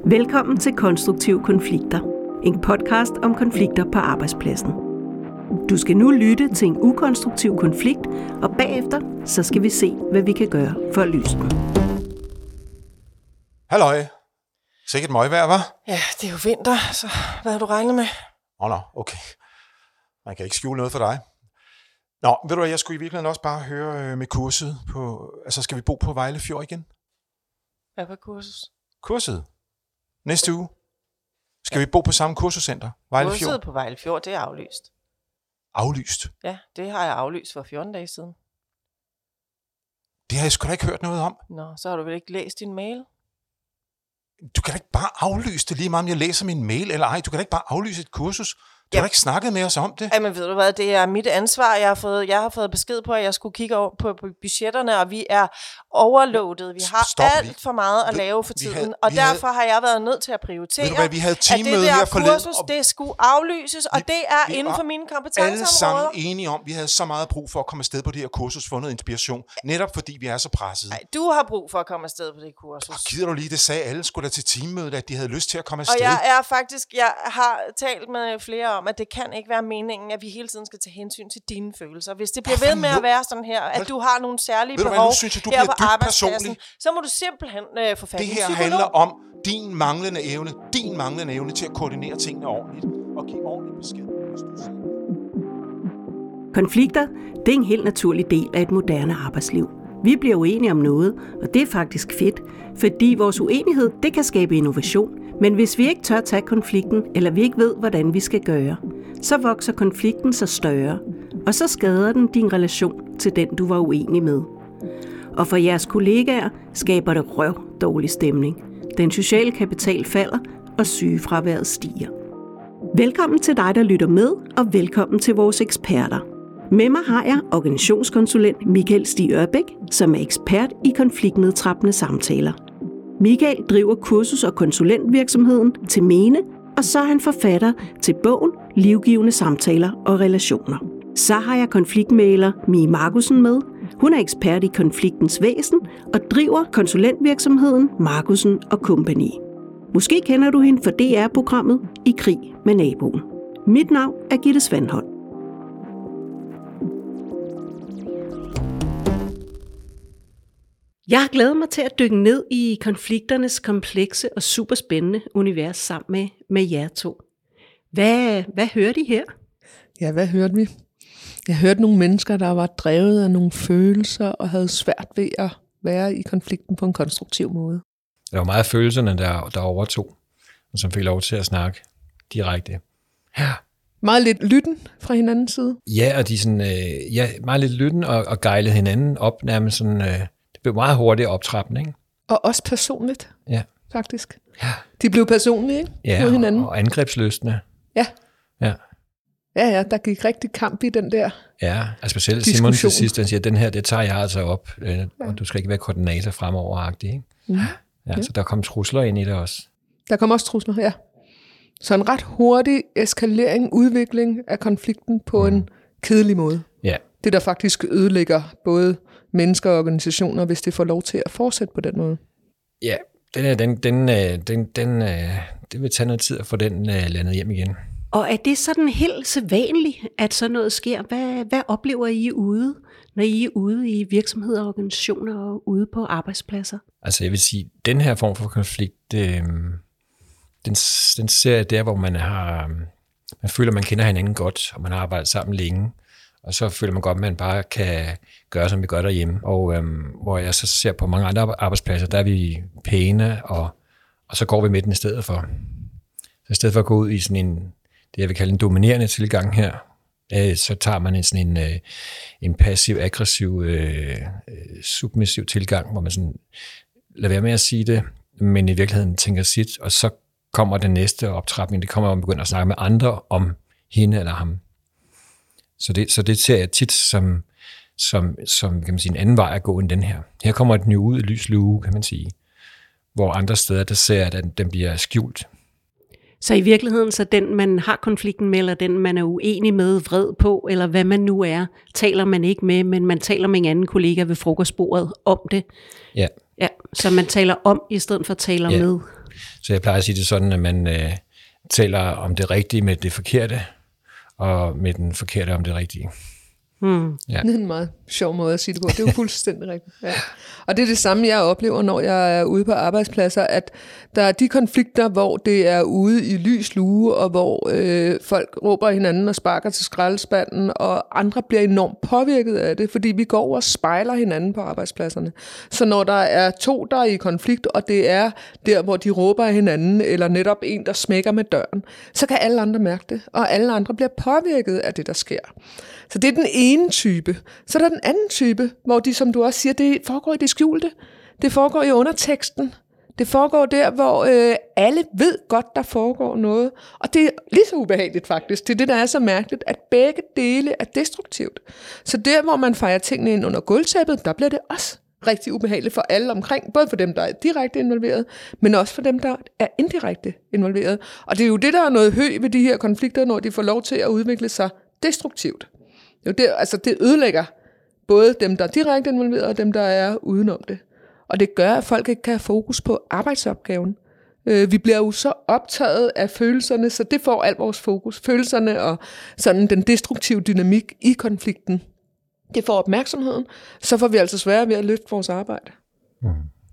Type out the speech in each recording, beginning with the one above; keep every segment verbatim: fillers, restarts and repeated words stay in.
Velkommen til Konstruktive Konflikter, en podcast om konflikter på arbejdspladsen. Du skal nu lytte til en ukonstruktiv konflikt, og bagefter så skal vi se, hvad vi kan gøre for at løse den. Halløj. Sikkert møgvejr, hva'? Ja, det er jo vinter, så hvad har du regnet med? Åh oh, nå, okay. Man kan ikke skjule noget for dig. Nå, ved du hvad, jeg skulle i virkeligheden også bare høre med kurset på... Altså, skal vi bo på Vejle Fjord igen? Hvad var kursus? Kurset? Næste uge. Skal ja. vi bo på samme kursuscenter? Vejle Fjord? Kurset på Vejle Fjord, det er aflyst. Aflyst? Ja, det har jeg aflyst for fjorten dage siden. Det har jeg sgu da ikke hørt noget om. Nå, så har du vel ikke læst din mail? Du kan da ikke bare aflyse det lige meget, om jeg læser min mail eller ej. Du kan da ikke bare aflyse et kursus. Du har ikke snakket med os om det. Jamen ved du hvad, det er mit ansvar. Jeg har fået, jeg har fået besked på, at jeg skulle kigge over på, på budgetterne, og vi er overloadet. Vi har Stop alt lige. for meget at lave for Vi tiden, havde, og derfor havde, har jeg været nødt til at prioritere, ved du hvad, vi havde at det teammøde der her forleden, kursus, det skulle aflyses, og det er inden for mine kompetenceområder. Alle sammen enige om, at vi havde så meget brug for at komme afsted på det her kursus, få noget inspiration, netop fordi vi er så pressede. Nej, du har brug for at komme afsted på det kursus. Og gider du lige, det sagde alle skulle da til teammødet, at de havde lyst til at komme afsted. Og jeg er faktisk, jeg har talt med flere om, at det kan ikke være meningen, at vi hele tiden skal tage hensyn til dine følelser. Hvis det bliver ved med at være sådan her, at du har nogle særlige behov hvad, synes jeg, du her på arbejdspladsen, personlig. Så må du simpelthen øh, få fat i det en her psykolog. handler om din manglende evne, din manglende evne til at koordinere tingene ordentligt og give ordentlig besked. Konflikter, det er en helt naturlig del af et moderne arbejdsliv. Vi bliver uenige om noget, og det er faktisk fedt, fordi vores uenighed, det kan skabe innovation. Men hvis vi ikke tør tage konflikten, eller vi ikke ved, hvordan vi skal gøre, så vokser konflikten sig større, og så skader den din relation til den, du var uenig med. Og for jeres kollegaer skaber det røv dårlig stemning. Den sociale kapital falder, og sygefraværet stiger. Velkommen til dig, der lytter med, og velkommen til vores eksperter. Med mig har jeg organisationskonsulent Michael Stig Ørbæk, som er ekspert i konfliktnedtrappende samtaler. Michael driver kursus- og konsulentvirksomheden til Mene, og så er han forfatter til bogen Livgivende Samtaler og Relationer. Så har jeg konfliktmægler Mie Markussen med. Hun er ekspert i konfliktens væsen og driver konsulentvirksomheden Markussen og Company. Måske kender du hende for D R-programmet I krig med naboen. Mit navn er Gitte Svanholm. Jeg har glædet mig til at dykke ned i konflikternes komplekse og superspændende univers sammen med, med jer to. Hvad, hvad hørte I her? Ja, hvad hørte vi? Jeg hørte nogle mennesker, der var drevet af nogle følelser og havde svært ved at være i konflikten på en konstruktiv måde. Der var meget følelserne, der, der overtog, og som fik lov til at snakke direkte. Ja. Meget lidt lytten fra hinandens side. Ja, og de sådan, øh, ja, meget lidt lytten og, og gejlede hinanden op nærmest sådan... Øh, Det blev meget hurtigt optrappende, ikke? Og også personligt, ja. faktisk. Ja. De blev personlige, ikke? Ja, mod hinanden. Og, og angrebsløsende. Ja. Ja. Ja, ja, der gik rigtig kamp i den der Ja, altså specielt Simon til sidst, han siger, den her, det tager jeg altså op, øh, ja. og du skal ikke være koordinator fremover-agtig, ikke? Mm. Ja, ja, så der kom trusler ind i det også. Der kom også trusler, ja. Så en ret hurtig eskalering, udvikling af konflikten på mm. en kedelig måde. Ja. Det, der faktisk ødelægger både mennesker og organisationer, hvis det får lov til at fortsætte på den måde. Ja, den, den, den, den, den, det vil tage noget tid at få den landet hjem igen. Og er det sådan helt sædvanligt, at sådan noget sker? Hvad, hvad oplever I ude, når I er ude i virksomheder og organisationer og ude på arbejdspladser? Altså jeg vil sige, den her form for konflikt, øh, den, den ser jeg der, hvor man har, man føler, man kender hinanden godt, og man har arbejdet sammen længe. Og så føler man godt, at man bare kan gøre, som vi gør derhjemme. Og øhm, hvor jeg så ser på mange andre arbejdspladser, der er vi pæne, og, og så går vi med den i stedet for. Så i stedet for at gå ud i sådan en, det jeg vil kalde en dominerende tilgang her, øh, så tager man en sådan en, øh, en passiv, aggressiv, øh, submissiv tilgang, hvor man sådan lader være med at sige det, men i virkeligheden tænker sit, og så kommer den næste optrapning, det kommer, at man begynder at snakke med andre om hende eller ham. Så det, så det ser jeg tit som, som, som kan man sige, en anden vej at gå end den her. Her kommer den jo ud i lys lue, kan man sige. Hvor andre steder, der ser jeg, at den, den bliver skjult. Så i virkeligheden, så den man har konflikten med, eller den man er uenig med, vred på, eller hvad man nu er, taler man ikke med, men man taler med en anden kollega ved frokostbordet om det. Ja. Ja, så man taler om, i stedet for taler ja. med. Så jeg plejer at sige det sådan, at man øh, taler om det rigtige med det forkerte, og med den forkerte om det rigtige. Hmm. Ja. Det er en meget sjov måde at sige det på. Det er jo fuldstændig rigtigt. Ja. Og det er det samme, jeg oplever, når jeg er ude på arbejdspladser, at der er de konflikter, hvor det er ude i lys lue, og hvor øh, folk råber hinanden og sparker til skraldespanden, og andre bliver enormt påvirket af det, fordi vi går over og spejler hinanden på arbejdspladserne. Så når der er to, der er i konflikt, og det er der, hvor de råber af hinanden, eller netop en, der smækker med døren, så kan alle andre mærke det, og alle andre bliver påvirket af det, der sker. Så det er den ene type. Så er der den anden type, hvor de, som du også siger, det foregår i det skjulte. Det foregår i underteksten. Det foregår der, hvor øh, alle ved godt, der foregår noget. Og det er lige så ubehageligt faktisk. Det er det, der er så mærkeligt, at begge dele er destruktivt. Så der, hvor man fejrer tingene ind under gulvtæppet, der bliver det også rigtig ubehageligt for alle omkring. Både for dem, der er direkte involveret, men også for dem, der er indirekte involveret. Og det er jo det, der er noget høj ved de her konflikter, når de får lov til at udvikle sig destruktivt. Det, altså det ødelægger både dem, der er direkte involveret, og dem, der er udenom det. Og det gør, at folk ikke kan have fokus på arbejdsopgaven. Øh, vi bliver jo så optaget af følelserne, så det får al vores fokus. Følelserne og sådan den destruktive dynamik i konflikten. Det får opmærksomheden, så får vi altså sværere ved at løfte vores arbejde. Mm.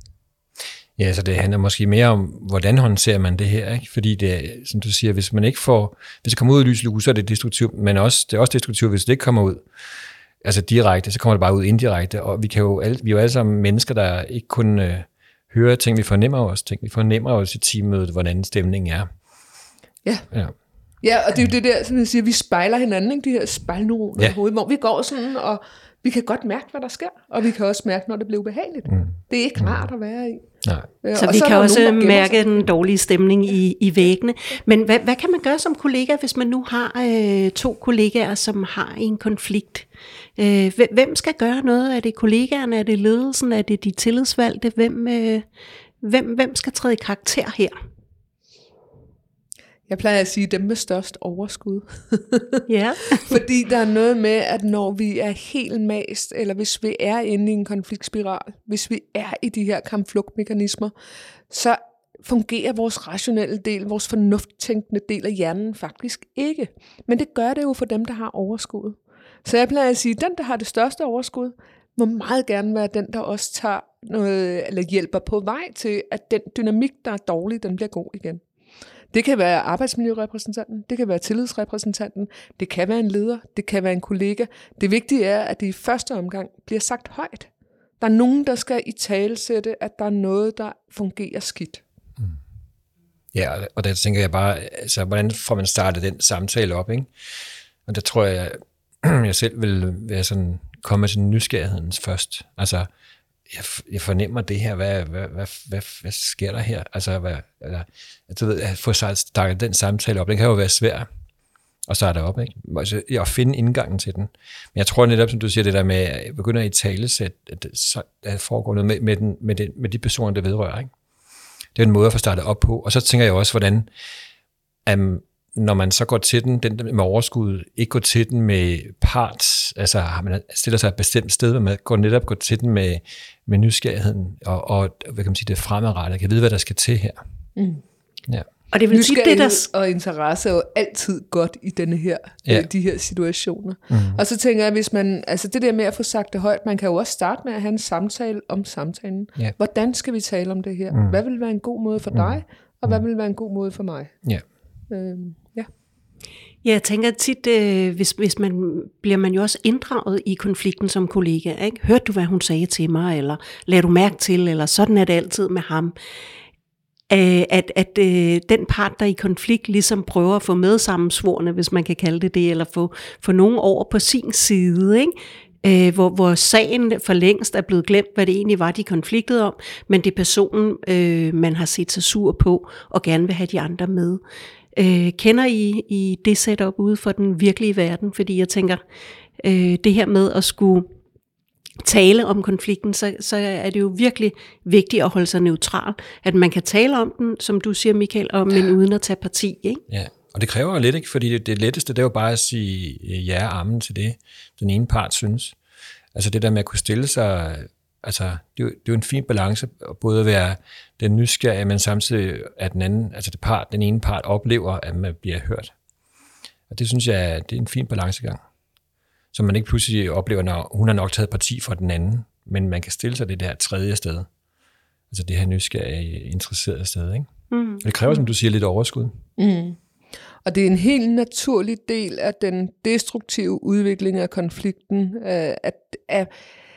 Ja, så det handler måske mere om, hvordan håndterer man det her, ikke? Fordi det er, som du siger, hvis man ikke får, hvis det kommer ud i lyslue, så er det destruktivt, men også, det er også destruktivt, hvis det ikke kommer ud, altså direkte, så kommer det bare ud indirekte, og vi kan jo alle, vi er jo alle sammen mennesker, der ikke kun øh, hører ting, vi fornemmer også ting, vi fornemmer også i teammødet, hvordan stemningen er. Ja. Ja. Ja, og det er jo det der, som jeg siger, vi spejler hinanden, ikke? De her spejlneuroner ja. i hovedet, hvor vi går sådan, og vi kan godt mærke, hvad der sker, og vi kan også mærke, når det bliver ubehageligt. Mm. Det er ikke rart at være i. Nej. Øh, så vi så kan også nogen, mærke sig. Den dårlige stemning i, i væggene. Men hvad, hvad kan man gøre som kollega, hvis man nu har øh, to kollegaer, som har en konflikt? Øh, hvem skal gøre noget? Er det kollegaerne? Er det ledelsen? Er det de tillidsvalgte? Hvem, øh, hvem, hvem skal træde i karakter her? Jeg plejer at sige dem med størst overskud. Ja. Fordi der er noget med, at når vi er helt mast, eller hvis vi er inde i en konfliktspiral, hvis vi er i de her kampflugtmekanismer, så fungerer vores rationelle del, vores fornufttænkende del af hjernen faktisk ikke. Men det gør det jo for dem, der har overskud. Så jeg plejer at sige, at den, der har det største overskud, må meget gerne være den, der også tager noget, eller hjælper på vej til, at den dynamik, der er dårlig, den bliver god igen. Det kan være arbejdsmiljørepræsentanten, det kan være tillidsrepræsentanten, det kan være en leder, det kan være en kollega. Det vigtige er, at det i første omgang bliver sagt højt. Der er nogen, der skal italesætte, at der er noget, der fungerer skidt. Mm. Ja, og der tænker jeg bare, altså, hvordan får man startet den samtale op, ikke? Og der tror jeg, jeg selv vil være sådan, komme til nysgerrigheden først. Altså, Jeg, jeg fornemmer det her, hvad, hvad, hvad, hvad, hvad sker der her? Altså, hvad, eller, du ved, at få startet den samtale op, den kan jo være svær at starte op, ikke? Altså, at finde indgangen til den. Men jeg tror netop, som du siger, det der med, at begynde at italesætte, at så at foregår noget med, med, den, med, den, med de personer, der vedrører, ikke? Det er en måde at få startet op på. Og så tænker jeg også, hvordan, um, når man så går til den, den med overskud, ikke går til den med parts, altså har man stiller sig et bestemt sted, men man går netop går til den med, med nysgerrigheden, og, og hvad kan man sige, det fremadrettet, kan vide, hvad der skal til her. Mm. Ja. Og det vil sige, det der og interesse er jo altid godt i denne her, ja. de her situationer. Mm. Og så tænker jeg, hvis man, altså det der med at få sagt det højt, man kan jo også starte med at have en samtale om samtalen. Ja. Hvordan skal vi tale om det her? Mm. Hvad vil være en god måde for dig, og hvad vil være en god måde for mig? Ja. Øhm, ja. Ja, jeg tænker tit, øh, hvis, hvis man bliver man jo også inddraget i konflikten som kollega, ikke? Hørte du, hvad hun sagde til mig, eller lagde du mærke til, eller sådan er det altid med ham. Øh, at at øh, den part, der er i konflikt, ligesom prøver at få medsammensvorne, hvis man kan kalde det det, eller få, få nogen over på sin side, ikke? Øh, hvor, hvor sagen for længst er blevet glemt, hvad det egentlig var, de konfliktede om, men det er personen, øh, man har set sig sur på, og gerne vil have de andre med. Øh, kender I, I det setup ude for den virkelige verden? Fordi jeg tænker, øh, det her med at skulle tale om konflikten, så, så er det jo virkelig vigtigt at holde sig neutral. At man kan tale om den, som du siger, Michael, og, men uden at tage parti, ikke? Ja, og det kræver jo lidt, ikke? Fordi det, det letteste, det er jo bare at sige ja og amen til det, den ene part synes. Altså det der med at kunne stille sig altså, det, er jo, det er jo en fin balance, både at være den nysgerrige, men samtidig at den anden, altså det part, den ene part oplever, at man bliver hørt. Og det synes jeg, det er en fin balancegang. Så man ikke pludselig oplever, når hun har nok taget parti for den anden, men man kan stille sig det der tredje sted. Altså det her nysgerrige, interesserede sted, ikke? Mm. Det kræver, som du siger, lidt overskud. Mm. Og det er en helt naturlig del af den destruktive udvikling af konflikten, at, at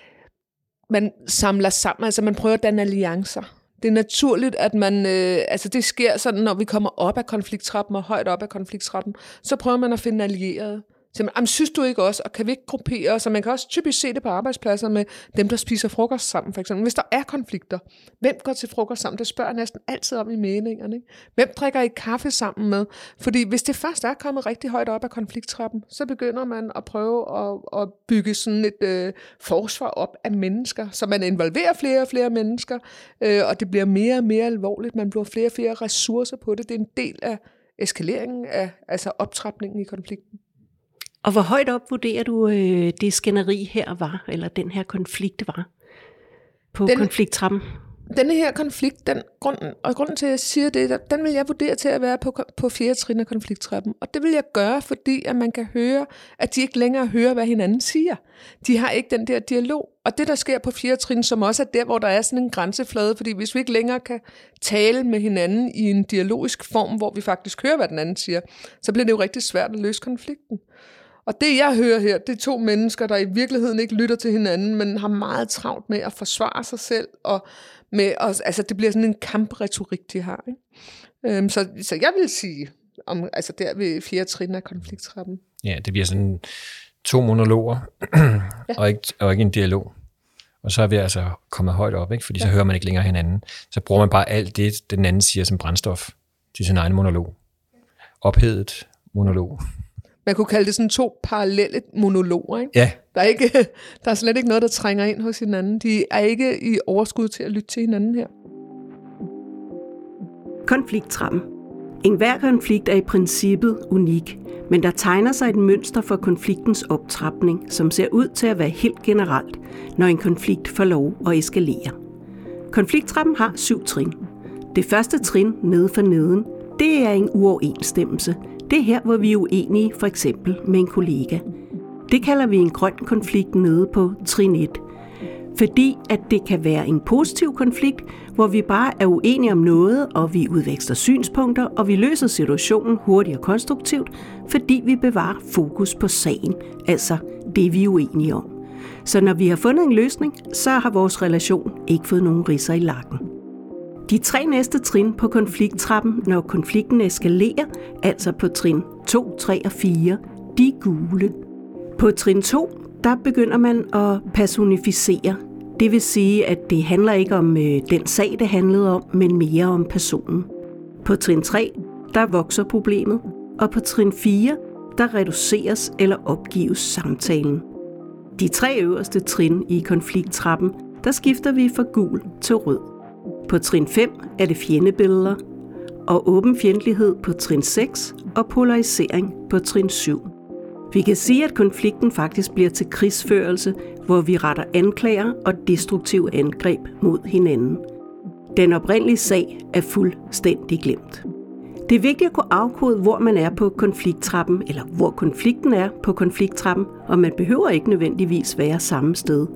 man samler sammen, altså man prøver at danne alliancer. Det er naturligt, at man, øh, altså det sker sådan, når vi kommer op af konflikttrappen og højt op af konflikttrappen, så prøver man at finde allierede. Så, synes du ikke også, og kan vi ikke gruppere os? Og man kan også typisk se det på arbejdspladser med dem, der spiser frokost sammen, for eksempel. Hvis der er konflikter, hvem går til frokost sammen? Det spørger jeg næsten altid om i meningerne. Ikke? Hvem drikker I kaffe sammen med? Fordi hvis det først er kommet rigtig højt op af konflikttrappen, så begynder man at prøve at, at bygge sådan et øh, forsvar op af mennesker, så man involverer flere og flere mennesker, øh, og det bliver mere og mere alvorligt. Man bruger flere og flere ressourcer på det. Det er en del af eskaleringen af altså optrapningen i konflikten. Og hvor højt op vurderer du, øh, det skænderi her var, eller den her konflikt var, på den, konflikttrappen? Denne her konflikt, den, grunden, og grunden til, at jeg siger det, den vil jeg vurdere til at være på, på fjerde trin af konflikttrappen. Og det vil jeg gøre, fordi at man kan høre, at de ikke længere hører, hvad hinanden siger. De har ikke den der dialog. Og det, der sker på fjerde trin, som også er der, hvor der er sådan en grænseflade, fordi hvis vi ikke længere kan tale med hinanden i en dialogisk form, hvor vi faktisk hører, hvad den anden siger, så bliver det jo rigtig svært at løse konflikten. Og det, jeg hører her, det er to mennesker, der i virkeligheden ikke lytter til hinanden, men har meget travlt med at forsvare sig selv, og med, og, altså det bliver sådan en kampretorik, de har. Ikke? Øhm, så, så jeg vil sige, om, altså der ved fjerde trin af konflikttrappen. Ja, det bliver sådan to monologer, ja. og, ikke, og ikke en dialog. Og så er vi altså kommet højt op, ikke? Fordi ja. Så hører man ikke længere hinanden. Så bruger man bare alt det, den anden siger som brændstof til sin egen monolog. Ophedet monolog. Man kunne kalde det sådan to parallelle monologer, ikke? Ja. Der er, ikke, der er slet ikke noget, der trænger ind hos hinanden. De er ikke i overskud til at lytte til hinanden her. Konflikttrappen. En hver konflikt er i princippet unik, men der tegner sig et mønster for konfliktens optrapning, som ser ud til at være helt generelt, når en konflikt får lov at eskalere. Konflikttrappen har syv trin. Det første trin, nede for neden, det er en uoverensstemmelse. Det er her, hvor vi er uenige, for eksempel med en kollega. Det kalder vi en grøn konflikt nede på trin et. Fordi at det kan være en positiv konflikt, hvor vi bare er uenige om noget, og vi udveksler synspunkter, og vi løser situationen hurtigt og konstruktivt, fordi vi bevarer fokus på sagen, altså det vi er uenige om. Så når vi har fundet en løsning, så har vores relation ikke fået nogen ridser i lakken. De tre næste trin på konflikttrappen, når konflikten eskalerer, altså på trin to, tre og fire, de er gule. På trin to, der begynder man at personificere. Det vil sige, at det handler ikke om øh, den sag, det handlede om, men mere om personen. På trin tre, der vokser problemet, og på trin fire, der reduceres eller opgives samtalen. De tre øverste trin i konflikttrappen, der skifter vi fra gul til rød. På trin fem er det fjendebilleder, og åben fjendtlighed på trin seks og polarisering på trin syv. Vi kan sige, at konflikten faktisk bliver til krigsførelse, hvor vi retter anklager og destruktive angreb mod hinanden. Den oprindelige sag er fuldstændig glemt. Det er vigtigt at kunne afkode, hvor man er på konflikttrappen, eller hvor konflikten er på konflikttrappen, og man behøver ikke nødvendigvis være samme sted.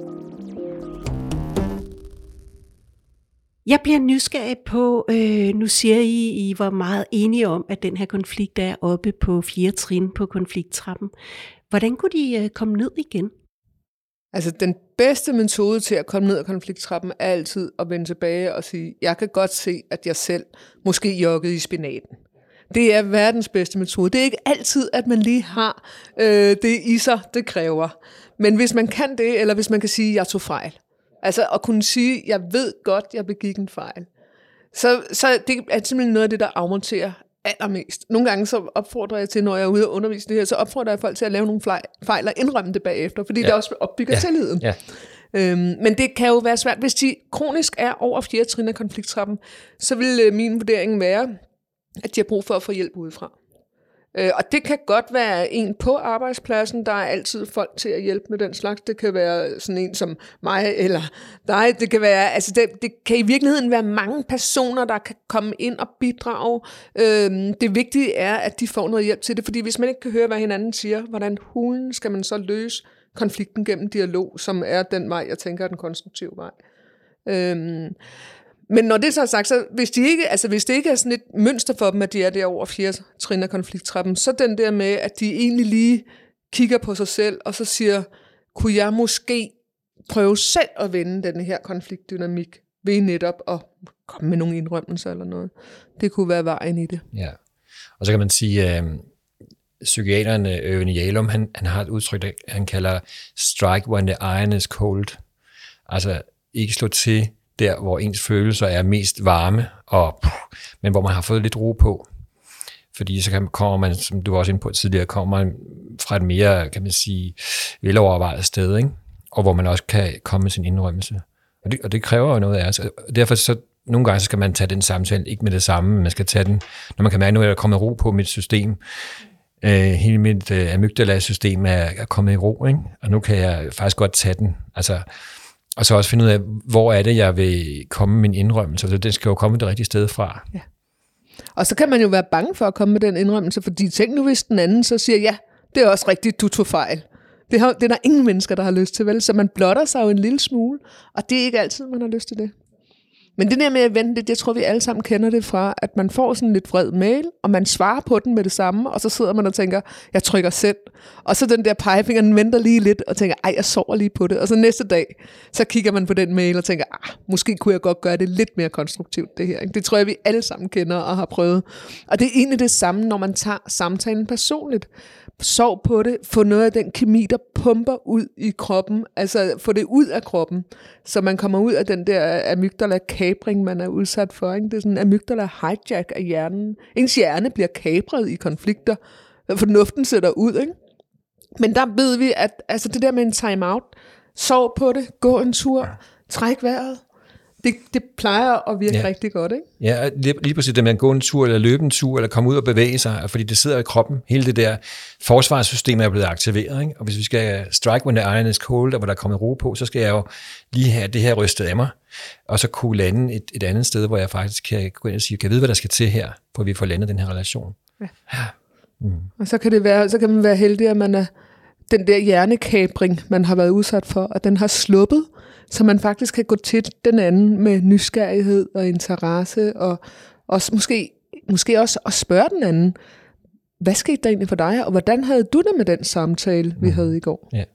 Jeg bliver nysgerrig på, øh, nu siger I, I var meget enige om, at den her konflikt er oppe på fjerde trin på konflikttrappen. Hvordan kunne de øh, komme ned igen? Altså den bedste metode til at komme ned af konflikttrappen er altid at vende tilbage og sige, jeg kan godt se, at jeg selv måske joggede i spinaten. Det er verdens bedste metode. Det er ikke altid, at man lige har øh, det i sig, det kræver. Men hvis man kan det, eller hvis man kan sige, at jeg tog fejl, altså at kunne sige, jeg ved godt, jeg begik en fejl. Så, så det er simpelthen noget af det, der afmonterer allermest. Nogle gange så opfordrer jeg til, når jeg er ude og undervise det her, så opfordrer jeg folk til at lave nogle fejl og indrømme det bagefter, fordi ja. Det også opbygger ja. Tilliden. Ja. Øhm, men det kan jo være svært. Hvis de kronisk er over fjerde trin af konflikttrappen, så vil øh, min vurdering være, at de har brug for at få hjælp udefra. Øh, og det kan godt være en på arbejdspladsen, der er altid folk til at hjælpe med den slags. Det kan være sådan en som mig eller dig. Det kan være, altså det, det kan i virkeligheden være mange personer, der kan komme ind og bidrage. Øh, det vigtige er, at de får noget hjælp til det, fordi hvis man ikke kan høre, hvad hinanden siger, hvordan hulen skal man så løse konflikten gennem dialog, som er den vej, jeg tænker er den konstruktive vej. Øh, Men når det så er sagt, så hvis, de ikke, altså hvis det ikke er sådan et mønster for dem, at de er der over fire trin af konflikttrappen, så den der med, at de egentlig lige kigger på sig selv, og så siger, kunne jeg måske prøve selv at vende den her konfliktdynamik ved netop at komme med nogle indrømmelser eller noget. Det kunne være vejen i det. Ja, og så kan man sige, at øh, psykiateren Irvin Yalom, han, han har et udtryk, han kalder strike when the iron is cold. Altså ikke slå til der, hvor ens følelser er mest varme, og, men hvor man har fået lidt ro på. Fordi så kan, kommer man, som du var også inde på tidligere, kommer man fra et mere, kan man sige, velovervejet sted, ikke? Og hvor man også kan komme med sin indrømmelse. Og det, og det kræver jo noget af os. Og derfor så, nogle gange så skal man tage den samtale, ikke med det samme, men man skal tage den, når man kan mærke, at der er kommet ro på mit system. Øh, hele mit øh, amygdala-system er, er kommet i ro, ikke? Og nu kan jeg faktisk godt tage den. Altså, og så også finde ud af, hvor er det, jeg vil komme med min indrømmelse. Så det skal jo komme det rigtige sted fra. Ja. Og så kan man jo være bange for at komme med den indrømmelse, fordi tænk nu, hvis den anden så siger, ja, det er også rigtigt, du tog fejl. Det, har, det er der ingen mennesker, der har lyst til, vel? Så man blotter sig jo en lille smule, og det er ikke altid, man har lyst til det. Men det der med at vente, det, det tror vi alle sammen kender det fra, at man får sådan lidt vred mail, og man svarer på den med det samme, og så sidder man og tænker, jeg trykker send. Og så den der pegefinger, den venter lige lidt, og tænker, ej, jeg sover lige på det. Og så næste dag, så kigger man på den mail og tænker, ah, måske kunne jeg godt gøre det lidt mere konstruktivt, det her. Det tror jeg, vi alle sammen kender og har prøvet. Og det er egentlig det samme, når man tager samtalen personligt. Sov på det, få noget af den kemi, der pumper ud i kroppen, altså få det ud af kroppen, så man kommer ud af den der amygdala-kapring, man er udsat for. Ikke? Det er sådan en amygdala-hijack af hjernen. Ens hjerne bliver kapret i konflikter, fornuften sætter ud. Ikke? Men der ved vi, at altså det der med en time-out, sov på det, gå en tur, træk vejret. Det, det plejer at virke ja. rigtig godt, ikke? Ja, lige, lige præcis det med at gå en tur, eller løbe en tur, eller komme ud og bevæge sig, fordi det sidder i kroppen. Hele det der forsvarssystem er blevet aktiveret, ikke? Og hvis vi skal strike when the iron is cold, og hvor der er kommet ro på, så skal jeg jo lige have det her rystet af mig, og så kunne lande et, et andet sted, hvor jeg faktisk kan gå ind og sige, kan jeg vide, hvad der skal til her, for at vi får landet den her relation. Ja. Ja. Mm. Og så kan, det være, så kan man være heldig, at man er den der hjernekabring, man har været udsat for, at den har sluppet, så man faktisk kan gå til den anden med nysgerrighed og interesse, og også måske, måske også at spørge den anden, hvad skete der egentlig for dig, og hvordan havde du det med den samtale, vi mm. havde i går? Ja,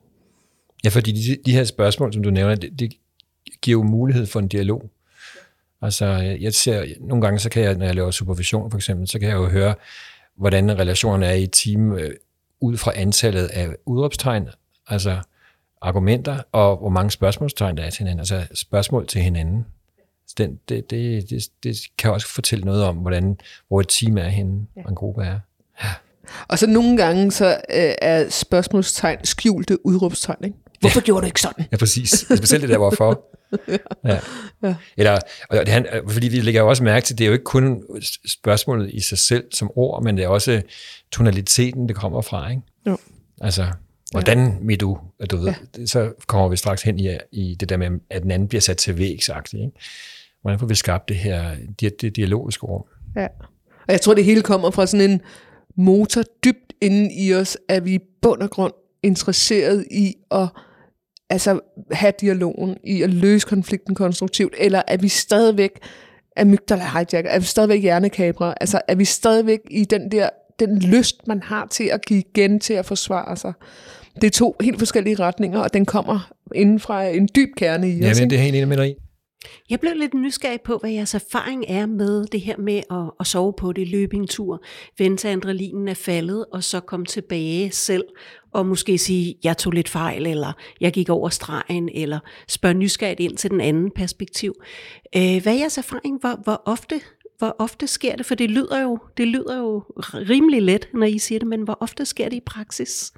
ja fordi de, de her spørgsmål, som du nævner, det, det giver jo mulighed for en dialog. Altså, jeg ser, nogle gange, så kan jeg, når jeg laver supervision for eksempel, så kan jeg jo høre, hvordan relationerne er i et team, øh, ud fra antallet af udråbstegn, altså argumenter, og hvor mange spørgsmålstegn der er til hinanden, altså spørgsmål til hinanden. Den, det, det, det, det kan også fortælle noget om, hvordan, hvor et team er henne, ja. og en gruppe er. Ja. Og så nogle gange så øh, er spørgsmålstegn skjulte udråbstegn, ikke? Hvorfor ja. gjorde du ikke sådan? Ja, præcis. Specielt det der, hvorfor. ja. Ja. Ja. Eller, og det, fordi vi lægger jo også mærke til, det er jo ikke kun spørgsmålet i sig selv som ord, men det er også tonaliteten, det kommer fra, ikke? Jo. Altså, hvordan vil du, at du ved, ja. så kommer vi straks hen i, i det der med, at den anden bliver sat til væg-sagt, ikke? Hvordan får vi skabt det her det, det dialogiske rum? Ja, og jeg tror, det hele kommer fra sådan en motor dybt inde i os, at vi i bund og grund interesseret i at altså, have dialogen, i at løse konflikten konstruktivt, eller er vi stadigvæk amygdala hijack, er vi stadigvæk hjernekabrer, altså er vi stadigvæk i den der den lyst, man har til at give igen, til at forsvare sig. Det er to helt forskellige retninger, og den kommer inden fra en dyb kerne i os. Ja, men det er helt enig med dig i. Jeg blev lidt nysgerrig på, hvad jeres erfaring er med det her med at, at sove på det, løbe en tur, vente til adrenalinen er faldet, og så komme tilbage selv, og måske sige, jeg tog lidt fejl, eller jeg gik over stregen, eller spørge nysgerrigt ind til den anden perspektiv. Hvad er jeres erfaring? Hvor, hvor ofte Hvor ofte sker det? For det lyder jo, det lyder jo rimelig let, når I siger det, men hvor ofte sker det i praksis?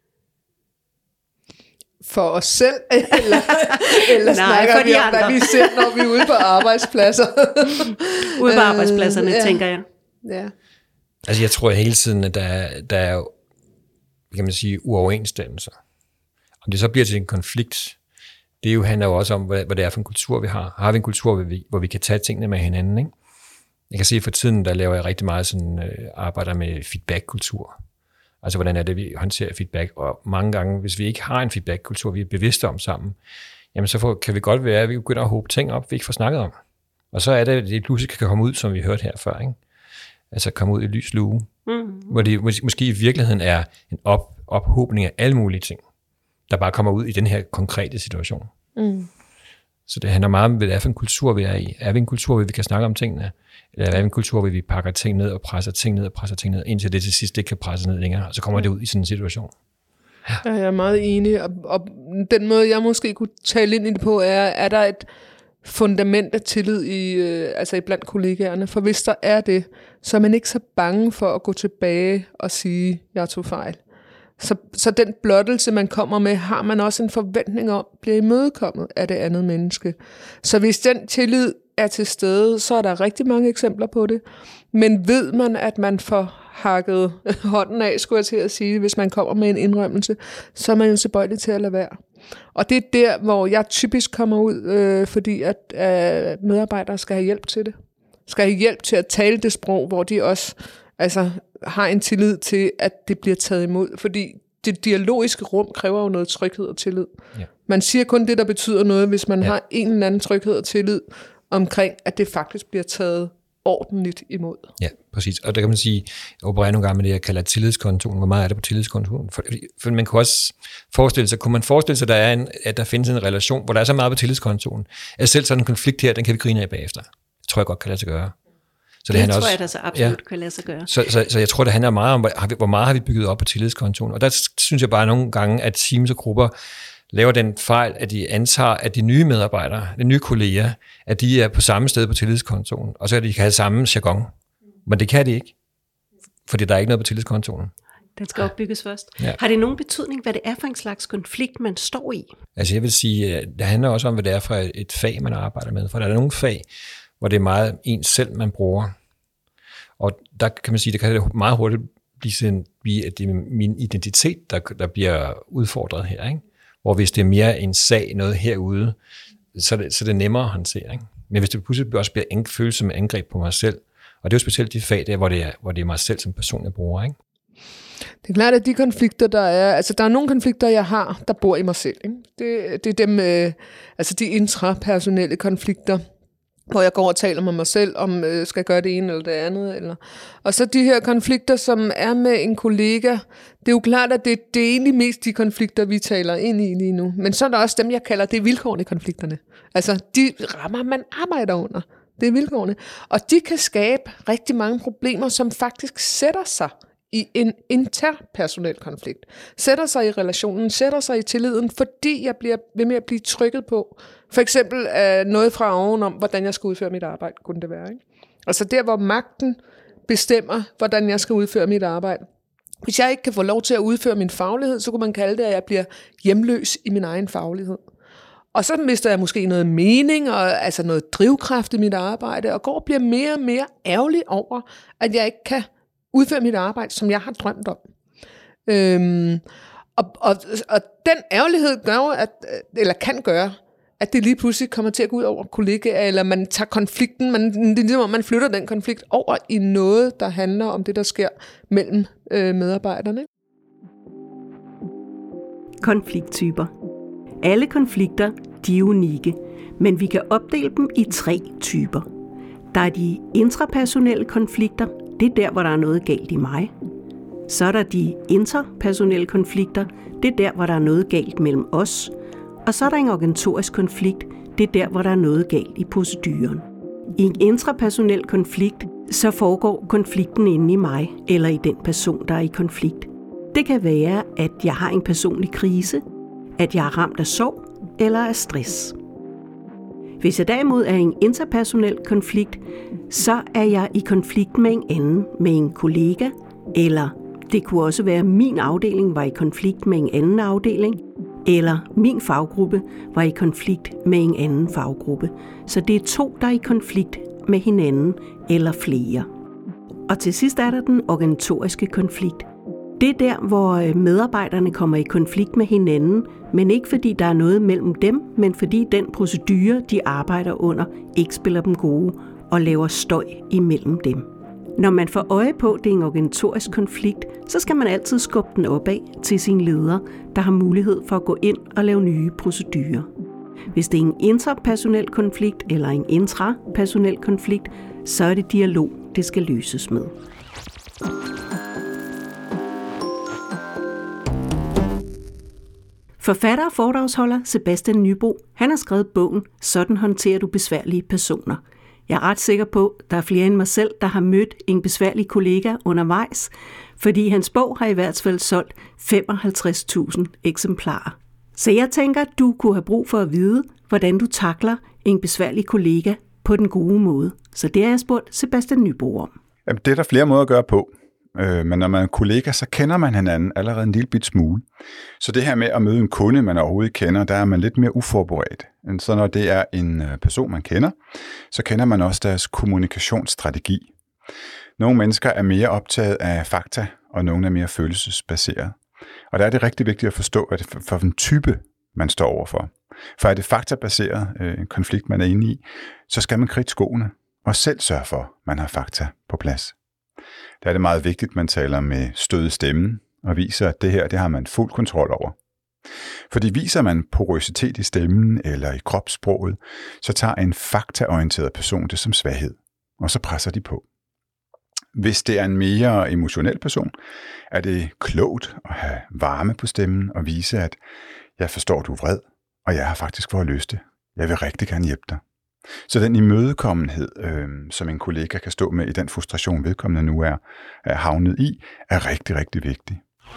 For os selv, eller, eller Nej, snakker vi om, andre. Hvad vi ser, når vi er ude på arbejdspladser? Ude på arbejdspladserne, øh, ja. tænker jeg. Ja. Altså jeg tror at hele tiden, at der er, der er kan man sige, uoverensstemmelser. Om det så bliver til en konflikt, det jo handler jo også om, hvad, hvad det er for en kultur, vi har. Har vi en kultur, hvor vi, hvor vi kan tage tingene med hinanden, ikke? Jeg kan se, for tiden, der laver jeg rigtig meget sådan, øh, arbejder med feedback-kultur. Altså, hvordan er det, vi håndterer feedback? Og mange gange, hvis vi ikke har en feedback-kultur, vi er bevidste om sammen, jamen så får, kan vi godt være, at vi begynder at håbe ting op, vi ikke får snakket om. Og så er det, at det pludselig kan komme ud, som vi hørte her før, ikke? Altså komme ud i lys lue. Mm. Hvor det mås- måske i virkeligheden er en op, ophobning af alle mulige ting, der bare kommer ud i den her konkrete situation. Mm. Så det handler meget om, hvad det er for en kultur, vi er i. Er vi en kultur, hvor vi kan snakke om tingene? Eller er vi en kultur, hvor vi pakker ting ned og presser ting ned og presser ting ned, indtil det til sidst ikke kan presse ned længere, og så kommer ja. det ud i sådan en situation. Ja. Ja, jeg er meget enig, og, og den måde, jeg måske kunne tale ind i det på, er, er der et fundament af tillid i, øh, altså i blandt kollegaerne? For hvis der er det, så er man ikke så bange for at gå tilbage og sige, jeg tog fejl. Så, så den blottelse, man kommer med, har man også en forventning om, bliver imødekommet af det andet menneske. Så hvis den tillid er til stede, så er der rigtig mange eksempler på det. Men ved man, at man får hakket hånden af, skulle jeg til at sige, hvis man kommer med en indrømmelse, så er man jo tilbøjelig til at lade være. Og det er der, hvor jeg typisk kommer ud, øh, fordi at øh, medarbejdere skal have hjælp til det. Skal have hjælp til at tale det sprog, hvor de også altså, har en tillid til, at det bliver taget imod. Fordi det dialogiske rum kræver jo noget tryghed og tillid. Ja. Man siger kun det, der betyder noget, hvis man ja. har en eller anden tryghed og tillid omkring, at det faktisk bliver taget ordentligt imod. Ja, præcis. Og der kan man sige, jeg opererer nogle gange med det, jeg kalder tillidskontoen. Hvor meget er der på tillidskontoen? For, for man kan også forestille sig, kunne man forestille sig, at der, er en, at der findes en relation, hvor der er så meget på tillidskontoen, at selv sådan en konflikt her, den kan vi grine af bagefter. Det tror jeg godt kan lade sig gøre. Så det, det tror også, jeg, der så absolut ja, kan lade sig gøre. Så, så, så jeg tror, det handler meget om, hvor meget har vi bygget op på tillidskontoen. Og der synes jeg bare nogle gange, at teams og grupper laver den fejl, at de antager, at de nye medarbejdere, de nye kolleger, at de er på samme sted på tillidskontoen, og så kan de have samme jargon. Men det kan de ikke, fordi der er ikke noget på tillidskontoen. Den skal opbygges først. Ja. Har det nogen betydning, hvad det er for en slags konflikt, man står i? Altså jeg vil sige, det handler også om, hvad det er for et fag, man arbejder med. For der er nogle fag, hvor det er meget ens selv, man bruger. Og der kan man sige, det kan meget hurtigt blive sådan, at det er min identitet, der, der bliver udfordret her, ikke? Hvor hvis det er mere en sag, noget herude, så er det, så er det nemmere at håndtere, ikke? Men hvis det pludselig også bliver en følelse som angreb på mig selv, og det er jo specielt de fag der, hvor det er, hvor det er mig selv som person, jeg bruger, ikke? Det er klart, at de konflikter, der er... Altså, der er nogle konflikter, jeg har, der bor i mig selv, ikke? Det, det er dem, øh, altså de intrapersonelle konflikter, hvor jeg går og taler med mig selv, om øh, skal jeg gøre det ene eller det andet. Eller. Og så de her konflikter, som er med en kollega, det er jo klart, at det, det er egentlig mest de konflikter, vi taler ind i lige nu. Men så er der også dem, jeg kalder, det er vilkårene konflikterne. Altså, de rammer, man arbejder under. Det er vilkårene. Og de kan skabe rigtig mange problemer, som faktisk sætter sig i en interpersonel konflikt. Sætter sig i relationen, sætter sig i tilliden, fordi jeg bliver ved med at blive trykket på. For eksempel uh, noget fra oven om, hvordan jeg skal udføre mit arbejde, kunne det være, ikke? Altså der, hvor magten bestemmer, hvordan jeg skal udføre mit arbejde. Hvis jeg ikke kan få lov til at udføre min faglighed, så kunne man kalde det, at jeg bliver hjemløs i min egen faglighed. Og så mister jeg måske noget mening, og altså noget drivkraft i mit arbejde, og går og bliver mere og mere ærgerlig over, at jeg ikke kan udføre mit arbejde, som jeg har drømt om. Øhm, og, og, og den ærgerlighed gør, at, eller kan gøre, at det lige pludselig kommer til at gå ud over kollegaer, eller man tager konflikten, man, det er ligesom, man flytter den konflikt over i noget, der handler om det, der sker mellem øh, medarbejderne. Konflikttyper. Alle konflikter, de er unikke, men vi kan opdele dem i tre typer. Der er de intrapersonelle konflikter, det er der, hvor der er noget galt i mig. Så er der de interpersonelle konflikter, det er der, hvor der er noget galt mellem os. Og så er der en organisatorisk konflikt, det er der, hvor der er noget galt i proceduren. I en intrapersonel konflikt, så foregår konflikten inde i mig, eller i den person, der er i konflikt. Det kan være, at jeg har en personlig krise, at jeg er ramt af sorg eller af stress. Hvis jeg derimod er i en interpersonel konflikt, så er jeg i konflikt med en anden, med en kollega, eller det kunne også være, at min afdeling var i konflikt med en anden afdeling, eller min faggruppe var i konflikt med en anden faggruppe. Så det er to, der er i konflikt med hinanden eller flere. Og til sidst er der den organisatoriske konflikt. Det er der, hvor medarbejderne kommer i konflikt med hinanden, men ikke fordi der er noget mellem dem, men fordi den procedure, de arbejder under, ikke spiller dem gode og laver støj imellem dem. Når man får øje på, at det er en organisatorisk konflikt, så skal man altid skubbe den opad til sine ledere, der har mulighed for at gå ind og lave nye procedurer. Hvis det er en interpersonel konflikt eller en intrapersonel konflikt, så er det dialog, det skal løses med. Forfatter og foredragsholder Sebastian Nybro, han har skrevet bogen Sådan håndterer du besværlige personer. Jeg er ret sikker på, at der er flere end mig selv, der har mødt en besværlig kollega undervejs, fordi hans bog har i hvert fald solgt femoghalvtreds tusind eksemplarer. Så jeg tænker, at du kunne have brug for at vide, hvordan du takler en besværlig kollega på den gode måde. Så det har jeg spurgt Sebastian Nybro om. Jamen, det er der flere måder at gøre på. Øh, men når man er kollega, så kender man hinanden allerede en lille bit smule. Så det her med at møde en kunde, man overhovedet ikke kender, der er man lidt mere uforberedt. Så når det er en person, man kender, så kender man også deres kommunikationsstrategi. Nogle mennesker er mere optaget af fakta, og nogle er mere følelsesbaseret. Og der er det rigtig vigtigt at forstå, hvad det er for en type, man står overfor. For er det faktabaseret øh, konflikt, man er inde i, så skal man kridte skoene og selv sørge for, at man har fakta på plads. Der er det meget vigtigt, at man taler med stød i stemmen og viser, at det her det har man fuld kontrol over. Fordi viser man porøsitet i stemmen eller i kropssproget, så tager en faktaorienteret person det som svaghed, og så presser de på. Hvis det er en mere emotionel person, er det klogt at have varme på stemmen og vise, at jeg forstår, du er vred, og jeg har faktisk for at løse det. Jeg vil rigtig gerne hjælpe dig. Så den imødekommenhed, øh, som en kollega kan stå med i den frustration, vedkommende nu er, er havnet i, er rigtig, rigtig vigtig.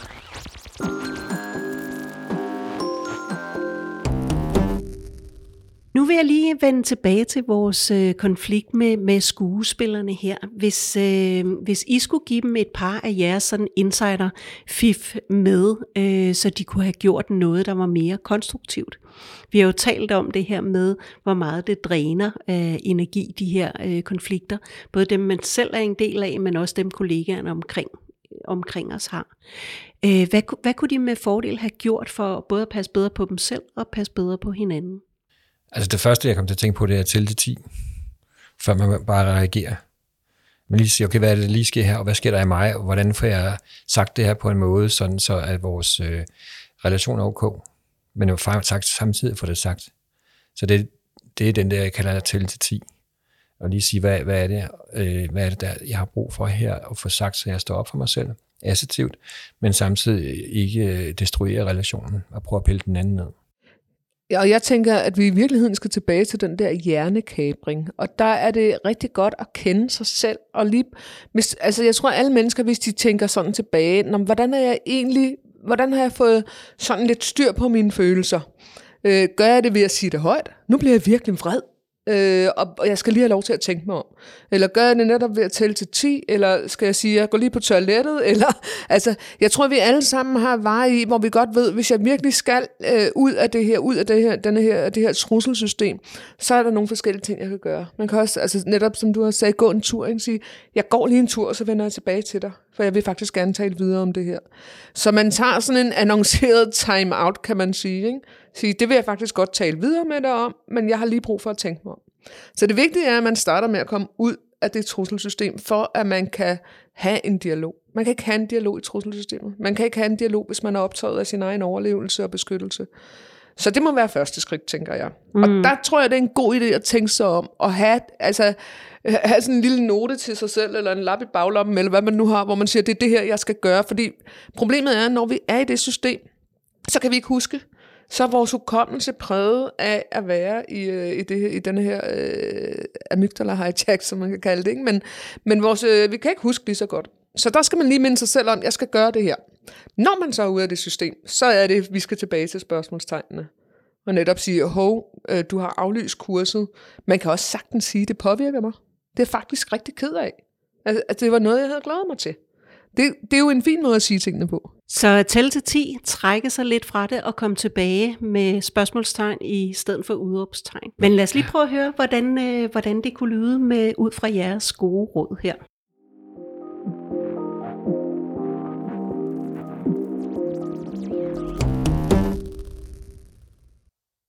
Nu vil jeg lige vende tilbage til vores øh, konflikt med, med skuespillerne her. Hvis, øh, hvis I skulle give dem et par af jeres sådan insider-fif med, øh, så de kunne have gjort noget, der var mere konstruktivt. Vi har jo talt om det her med, hvor meget det dræner af energi, de her øh, konflikter. Både dem, man selv er en del af, men også dem kollegaerne omkring, omkring os har. Øh, hvad, hvad kunne de med fordel have gjort for både at passe bedre på dem selv og passe bedre på hinanden? Altså det første, jeg kom til at tænke på, det er at tælle til ti, før man bare reagerer. Man lige siger, okay, hvad er det, der lige sker her, og hvad sker der i mig, og hvordan får jeg sagt det her på en måde, sådan så at vores øh, relation er ok, men jo faktisk samtidig får det sagt. Så det, det er den der, jeg kalder at tælle til ti, og lige sige, hvad, hvad er det, øh, hvad er det der, jeg har brug for her, og få sagt, så jeg står op for mig selv, assertivt, men samtidig ikke destruere relationen, og prøve at pille den anden ned. Ja, og jeg tænker, at vi i virkeligheden skal tilbage til den der hjernekabring. Og der er det rigtig godt at kende sig selv. Og lige, hvis, altså jeg tror, at alle mennesker, hvis de tænker sådan tilbage, Nå, hvordan er jeg egentlig, hvordan har jeg fået sådan lidt styr på mine følelser? Øh, gør jeg det ved at sige det højt? Nu bliver jeg virkelig vred. Øh, og jeg skal lige have lov til at tænke mig om. Eller gør jeg det netop ved at tælle til ti, eller skal jeg sige, at jeg går lige på toilettet, eller, altså, jeg tror, vi alle sammen har veje i, hvor vi godt ved, hvis jeg virkelig skal øh, ud af det her, ud af det her, denne her, det her trusselsystem, så er der nogle forskellige ting, jeg kan gøre. Man kan også, altså netop som du har sagt, gå en tur, ikke? Sige, jeg går lige en tur, og så vender jeg tilbage til dig, for jeg vil faktisk gerne tale videre om det her. Så man tager sådan en annonceret time-out, kan man sige, ikke? Sige, det vil jeg faktisk godt tale videre med dig om, men jeg har lige brug for at tænke mig om. Så det vigtige er, at man starter med at komme ud af det trusselsystem, for at man kan have en dialog. Man kan ikke have en dialog i trusselsystemet. Man kan ikke have en dialog, hvis man er optaget af sin egen overlevelse og beskyttelse. Så det må være første skridt, tænker jeg. Mm. Og der tror jeg, det er en god idé at tænke sig om, og have, altså, have sådan en lille note til sig selv, eller en lap i baglommen, eller hvad man nu har, hvor man siger, det er det her, jeg skal gøre. Fordi problemet er, når vi er i det system, så kan vi ikke huske. Så er vores hukommelse præget af at være i, øh, i, det, i denne her øh, amygdala hijack, som man kan kalde det. Ikke? Men, men vores, øh, vi kan ikke huske det så godt. Så der skal man lige minde sig selv om, at jeg skal gøre det her. Når man så er ude af det system, så er det, vi skal tilbage til spørgsmålstegnene. Og netop sige, hov, øh, du har aflyst kurset. Man kan også sagtens sige, det påvirker mig. Det er faktisk rigtig ked af. Altså, at det var noget, jeg havde glædet mig til. Det, det er jo en fin måde at sige tingene på. Så tælle til ti, trække sig lidt fra det og komme tilbage med spørgsmålstegn i stedet for udråbstegn. Men lad os lige prøve at høre, hvordan, øh, hvordan det kunne lyde med, ud fra jeres gode råd her.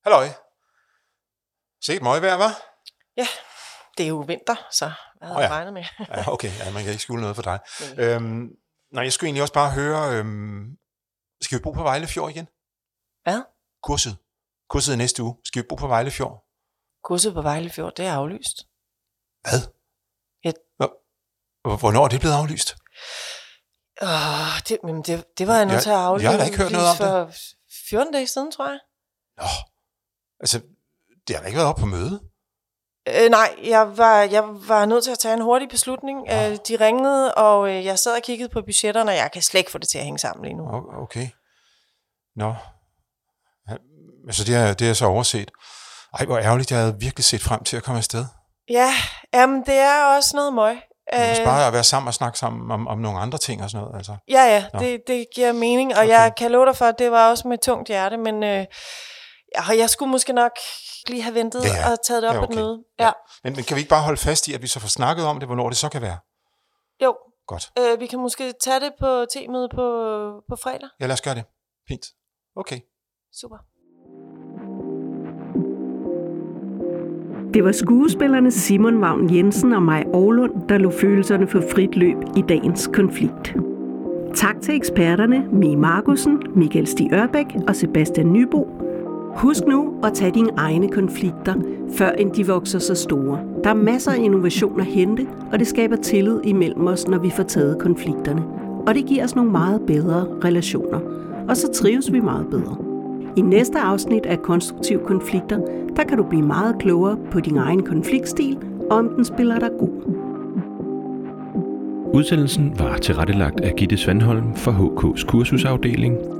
Halløj. Set møgvejr, hva'? Ja, det er jo vinter, så hvad havde oh, jeg ja. regnet med? Ja, okay, ja, man kan ikke skjule noget for dig. Øhm, nej, jeg skulle egentlig også bare høre, øhm, skal vi bo på Vejle Fjord igen? Hvad? Kurset. Kurset i næste uge. Skal vi bo på Vejle Fjord? Kurset på Vejle Fjord, det er aflyst. Hvad? Ja. Hvornår er det blevet aflyst? Åh, det, men det, det var jeg nødt jeg, til at aflyse. Jeg har da ikke hørt noget om for det. fjorten dage siden, tror jeg. Nå, altså, det har da ikke været op på møde. Øh, nej, jeg var, jeg var nødt til at tage en hurtig beslutning. Ja. Øh, de ringede, og øh, jeg sad og kiggede på budgetterne, og jeg kan slet ikke få det til at hænge sammen lige nu. Okay. Nå. Altså, det er, det er så overset. Ej, hvor ærgerligt. Jeg havde virkelig set frem til at komme afsted. Ja, jamen, det er også noget møg. Man må bare at være sammen og snakke sammen om, om nogle andre ting og sådan noget. Altså. Ja, ja, det, det giver mening, og okay. Jeg kan love dig for, at det var også med tungt hjerte, men øh, jeg skulle måske nok lige have ventet ja, og taget det op ja, okay. på et møde. Ja. Ja. Men, men kan vi ikke bare holde fast i, at vi så får snakket om det, hvornår det så kan være? Jo. Godt. Øh, vi kan måske tage det på te-møde på, på fredag. Ja, lad os gøre det. Fint. Okay. Super. Det var skuespillerne Simon Vagn Jensen og Maj Aarlund, der lå følelserne for frit løb i dagens konflikt. Tak til eksperterne Mie Markussen, Michael Stig Ørbæk og Sebastian Nybo. Husk nu at tage dine egne konflikter, før end de vokser så store. Der er masser af innovation at hente, og det skaber tillid imellem os, når vi får taget konflikterne. Og det giver os nogle meget bedre relationer. Og så trives vi meget bedre. I næste afsnit af Konstruktive Konflikter, der kan du blive meget klogere på din egen konfliktstil, og om den spiller dig god. Udsendelsen var tilrettelagt af Gitte Svanholm for H K's kursusafdeling